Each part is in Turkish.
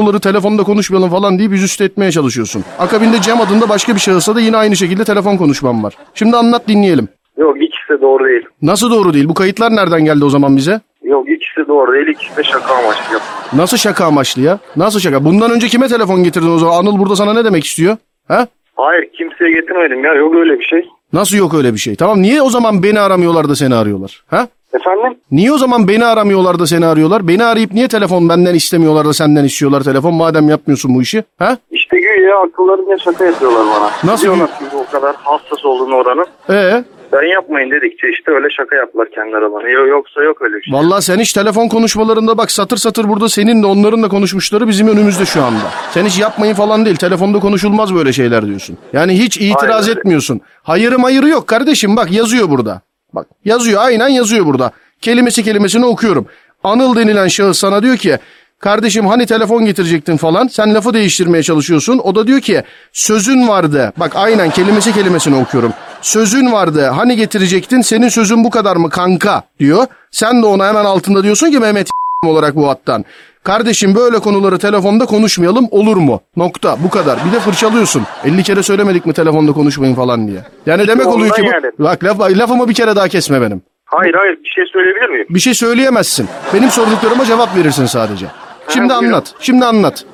konuları telefonda konuşmayalım falan deyip yüzüstü etmeye çalışıyorsun. Akabinde Cem adında başka bir şahısla da yine aynı şekilde telefon konuşmam var. Şimdi anlat, dinleyelim. Yok, ikisi de doğru değil. Nasıl doğru değil? Bu kayıtlar nereden geldi o zaman bize? Yok, ikisi de doğru değil. İkisi de şaka amaçlı. Nasıl şaka amaçlı ya? Nasıl şaka? Bundan önce kime telefon getirdin o zaman? Anıl burada sana ne demek istiyor? Ha? Hayır, kimseye getirmedim ya. Yok öyle bir şey. Nasıl yok öyle bir şey? Tamam, niye o zaman beni aramıyorlar da seni arıyorlar? Ha? Efendim? Niye o zaman beni aramıyorlar da seni arıyorlar? Beni arayıp niye telefon benden istemiyorlar da senden istiyorlar telefon, madem yapmıyorsun bu işi? Ha? İşte güya akıllarınca şaka yapıyorlar bana. Nasıl? Diyorlar ki o kadar hassas olduğunu oranın. Ben yapmayın dedikçe işte öyle şaka yaptılar kendi aralarına. Yoksa yok öyle bir şey. Vallahi sen hiç telefon konuşmalarında bak satır satır burada senin de onların da konuşmuşları bizim önümüzde şu anda. Sen hiç yapmayın falan değil. Telefonda konuşulmaz böyle şeyler diyorsun. Yani hiç itiraz Aynen. etmiyorsun. Hayırı yok kardeşim, bak yazıyor burada. Bak yazıyor, aynen yazıyor burada. Kelimesini okuyorum. Anıl denilen şahıs sana diyor ki kardeşim hani telefon getirecektin falan, sen lafı değiştirmeye çalışıyorsun. O da diyor ki sözün vardı. Bak aynen kelimesini okuyorum. Sözün vardı hani getirecektin, senin sözün bu kadar mı kanka diyor. Sen de ona hemen altında diyorsun ki Mehmet olarak bu hattan. Kardeşim böyle konuları telefonda konuşmayalım olur mu? Nokta, bu kadar. Bir de fırçalıyorsun. 50 kere söylemedik mi telefonda konuşmayın falan diye. Yani demek oluyor ki bu... Yani. Bak lafımı bir kere daha kesme benim. Hayır bir şey söyleyebilir miyim? Bir şey söyleyemezsin. Benim sorduklarıma cevap verirsin sadece. Şimdi anlat.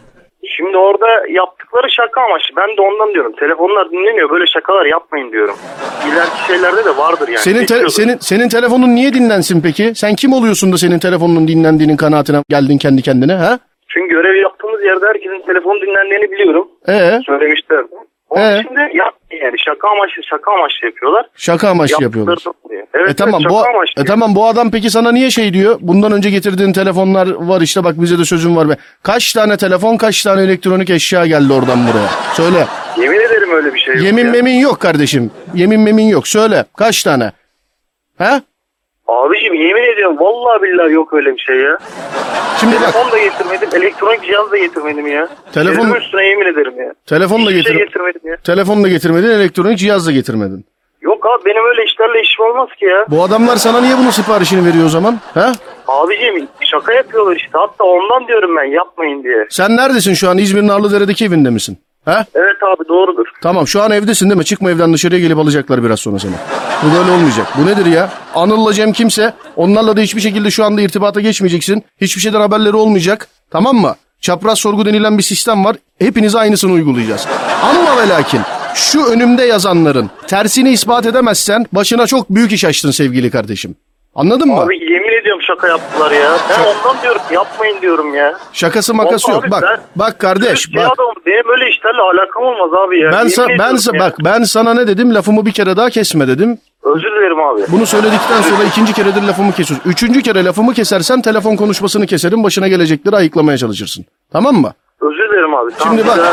Şimdi orada yaptıkları şaka amaçlı. Ben de ondan diyorum. Telefonlar dinleniyor. Böyle şakalar yapmayın diyorum. İleriki şeylerde de vardır yani. Senin telefonun niye dinlensin peki? Sen kim oluyorsun da senin telefonunun dinlendiğinin kanaatine geldin kendi kendine ha? Çünkü görev yaptığımız yerde herkesin telefon dinlendiğini biliyorum. Söylemişler. Onun için de yapmayın yani. Şaka amaçlı yapıyorlar. Şaka amaçlı yapıyorlar. Evet, tamam şaka amaçlı. Tamam, bu adam peki sana niye şey diyor? Bundan önce getirdiğin telefonlar var işte, bak bize de sözüm var be. Kaç tane telefon, kaç tane elektronik eşya geldi oradan buraya? Söyle. Yemin ederim öyle bir şey yok. Memin yok kardeşim. Memin yok. Söyle. Kaç tane? He? Abiciğim yemin ediyorum vallahi billahi yok öyle bir şey ya. Şimdi telefon da getirmedim, elektronik cihaz da getirmedim ya. Telefon üstüne yemin ederim ya. Telefon da getirmedim ya. Telefon da getirmedin, elektronik cihaz da getirmedin. Yok abi, benim öyle işlerle işim olmaz ki ya. Bu adamlar sana niye bunun siparişini veriyor o zaman? He? Abiciğim şaka yapıyorlar işte. Hatta ondan diyorum ben yapmayın diye. Sen neredesin şu an? İzmir'in Narlıdere'deki evinde misin? He? Evet abi, doğrudur. Tamam, şu an evdesin değil mi? Çıkma evden, dışarıya gelip alacaklar biraz sonra seni. Bu böyle olmayacak. Bu nedir ya? Anıl'la Cem kimse. Onlarla da hiçbir şekilde şu anda irtibata geçmeyeceksin. Hiçbir şeyden haberleri olmayacak. Tamam mı? Çapraz sorgu denilen bir sistem var. Hepiniz aynısını uygulayacağız. Ama ve lakin şu önümde yazanların tersini ispat edemezsen başına çok büyük iş açtın sevgili kardeşim. Anladın mı? Abi yemin ediyorum şaka yaptılar ya. Ben ondan diyorum yapmayın diyorum ya. Şakası makası yok. Bak kardeş bak. Benim öyle işlerle alakam olmaz abi ya. Ben sana ne dedim? Lafımı bir kere daha kesme dedim. Özür dilerim abi. Bunu söyledikten sonra ikinci keredir lafımı kesiyorsun. Üçüncü kere lafımı kesersen telefon konuşmasını keserim, başına gelecekleri ayıklamaya çalışırsın. Tamam mı? Özür dilerim abi. Şimdi bak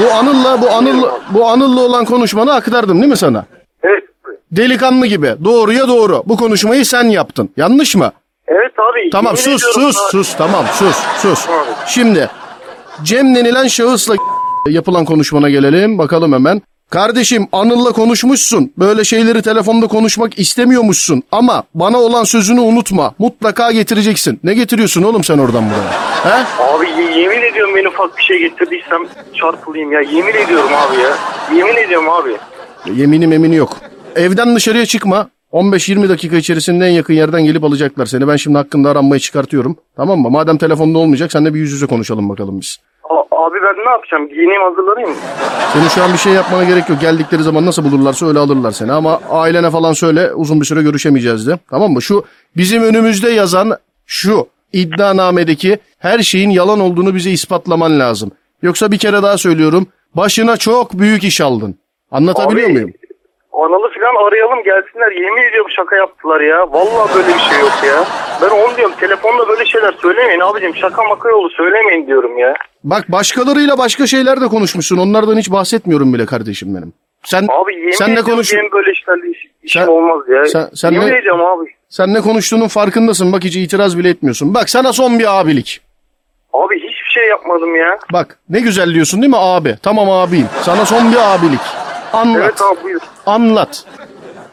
bu Anıl'la olan konuşmanı aktardım değil mi sana? Evet. Delikanlı gibi doğruya doğru bu konuşmayı sen yaptın. Yanlış mı? Evet abi. Tamam sus tamam sus. Abi. Şimdi Cem denilen şahısla yapılan konuşmana gelelim bakalım hemen. Kardeşim Anıl'la konuşmuşsun. Böyle şeyleri telefonda konuşmak istemiyormuşsun. Ama bana olan sözünü unutma. Mutlaka getireceksin. Ne getiriyorsun oğlum sen oradan buraya? He? Abi yemin ediyorum ben ufak bir şey getirdiysem çarpılayım ya. Yemin ediyorum abi ya. Yemin ediyorum abi. Yemini yok. Evden dışarıya çıkma. 15-20 dakika içerisinde en yakın yerden gelip alacaklar seni. Ben şimdi hakkında aranmayı çıkartıyorum. Tamam mı? Madem telefonda olmayacak, seninle bir yüz yüze konuşalım bakalım biz. Abi ben ne yapacağım? Giyineyim, hazırlanayım mı? Senin şu an bir şey yapmana gerek yok. Geldikleri zaman nasıl bulurlarsa öyle alırlar seni. Ama ailene falan söyle, uzun bir süre görüşemeyeceğiz de. Tamam mı? Şu bizim önümüzde yazan şu iddianamedeki her şeyin yalan olduğunu bize ispatlaman lazım. Yoksa bir kere daha söylüyorum. Başına çok büyük iş aldın. Anlatabiliyor muyum? Analı falan arayalım gelsinler. Yemin ediyorum şaka yaptılar ya. Vallahi böyle bir şey yok ya. Ben onu diyorum, telefonda böyle şeyler söylemeyin abicim. Şaka maka yolu söylemeyin diyorum ya. Bak başkalarıyla başka şeyler de konuşmuşsun. Onlardan hiç bahsetmiyorum bile kardeşim benim. Abi yemin ediyorum benim böyle işlerle işim olmaz ya. Yemin ediyorum abi. Sen ne konuştuğunun farkındasın. Bak hiç itiraz bile etmiyorsun. Bak sana son bir abilik. Abi hiçbir şey yapmadım ya. Bak ne güzel diyorsun değil mi abi? Tamam abiyim. Sana son bir abilik. Anlat. Evet abi buyur. Anlat.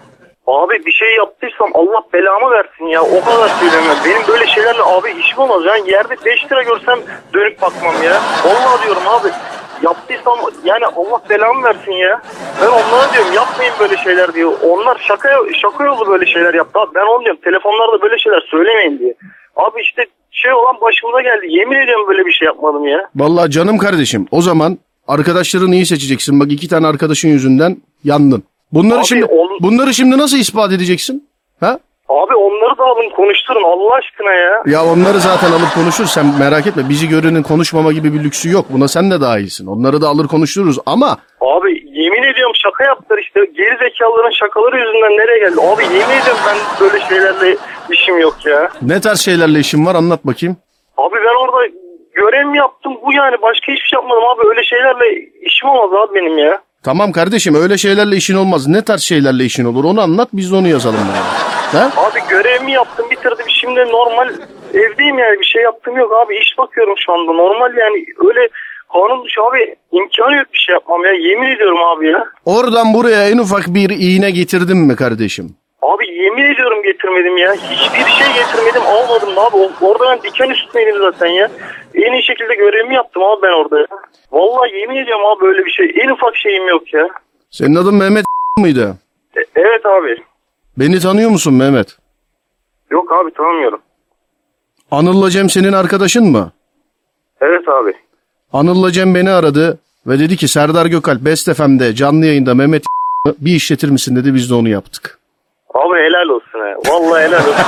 Abi bir şey yaptıysam Allah belamı versin ya. O kadar söylüyorum ben. Benim böyle şeylerle abi işim olmaz. Yani yerde 5 lira görsem dönüp bakmam ya. Vallahi diyorum abi. Yaptıysam yani Allah belamı versin ya. Ben onlara diyorum yapmayın böyle şeyler diyor. Onlar şaka yolu böyle şeyler yaptı abi. Ben onu diyorum telefonlarda böyle şeyler söylemeyin diye. Abi işte şey olan başımıza geldi. Yemin ediyorum böyle bir şey yapmadım ya. Vallahi canım kardeşim, o zaman arkadaşlarını iyi seçeceksin. Bak 2 tane arkadaşın yüzünden yandın. Abi Bunları şimdi nasıl ispat edeceksin? Ha? Abi onları da alın konuşturun Allah aşkına ya. Ya onları zaten alıp konuşur, sen merak etme. Bizi görenin konuşmama gibi bir lüksü yok. Buna sen de dahilsin. Onları da alır konuştururuz ama Abi yemin ediyorum şaka yaptılar işte. Geri zekalıların şakaları yüzünden nereye geldi? Abi yemin ediyorum ben böyle şeylerle işim yok ya. ne tarz şeylerle işin var, anlat bakayım. Abi ben orada görev mi yaptım bu yani başka hiçbir şey yapmadım abi. Öyle şeylerle işim olmaz abi benim ya. Tamam kardeşim, öyle şeylerle işin olmaz. Ne tarz şeylerle işin olur onu anlat, biz de onu yazalım buraya. Ha? Abi görevimi yaptım bitirdim. Şimdi normal evdeyim yani bir şey yaptım yok abi. İş bakıyorum şu anda normal yani öyle kanun dışı abi imkanı yok bir şey yapmam ya. Yemin ediyorum abi ya. Oradan buraya en ufak bir iğne getirdin mi kardeşim? Abi yemin ediyorum getirmedim ya. Hiçbir şey getirmedim almadım da abi. Orada ben diken üstündeydim zaten ya. En iyi şekilde görevimi yaptım abi ben orada ya. Vallahi yemin ediyorum abi böyle bir şey. En ufak şeyim yok ya. Senin adın Mehmet mıydı? Evet abi. Beni tanıyor musun Mehmet? Yok abi tanımıyorum. Anıl'la Cem senin arkadaşın mı? Evet abi. Anıl'la Cem beni aradı ve dedi ki Serdar Gökalp Best FM'de canlı yayında Mehmet bir işletir misin dedi, biz de onu yaptık. Abi helal olsun ha. Vallahi helal olsun.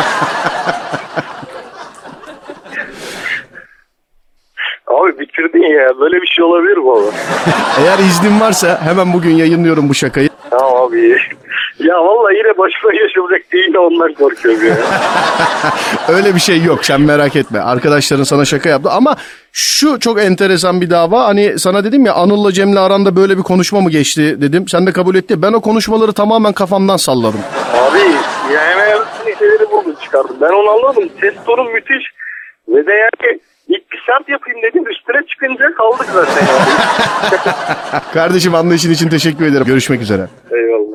Abi bitirdin ya. Böyle bir şey olabilir mi abi? Eğer iznin varsa hemen bugün yayınlıyorum bu şakayı. Tamam abi. Ya vallahi yine başıma yaşayacak değil de ondan korkuyorum ya. Öyle bir şey yok, sen merak etme. Arkadaşların sana şaka yaptı ama şu çok enteresan bir dava. Hani sana dedim ya Anıl'la Cem'le aranda böyle bir konuşma mı geçti dedim. Sen de kabul etti. Ben o konuşmaları tamamen kafamdan salladım. Abi ya hemen hepsini şeyleri buldum çıkardım. Ben onu anladım. Ses tonun müthiş. Ve de yani ilk bir sert yapayım dedim. Üstüne çıkınca kaldık zaten. Yani. Kardeşim, anlayışın için teşekkür ederim. Görüşmek üzere. Eyvallah.